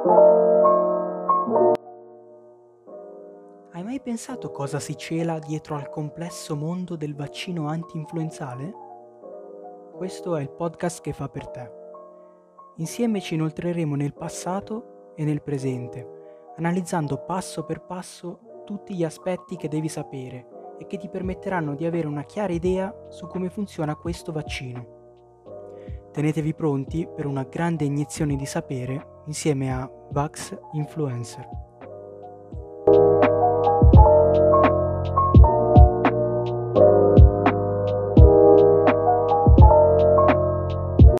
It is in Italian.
Hai mai pensato cosa si cela dietro al complesso mondo del vaccino anti-influenzale? Questo è il podcast che fa per te. Insieme ci inoltreremo nel passato e nel presente, analizzando passo per passo tutti gli aspetti che devi sapere e che ti permetteranno di avere una chiara idea su come funziona questo vaccino. Tenetevi pronti per una grande iniezione di sapere insieme a Vax Influencer.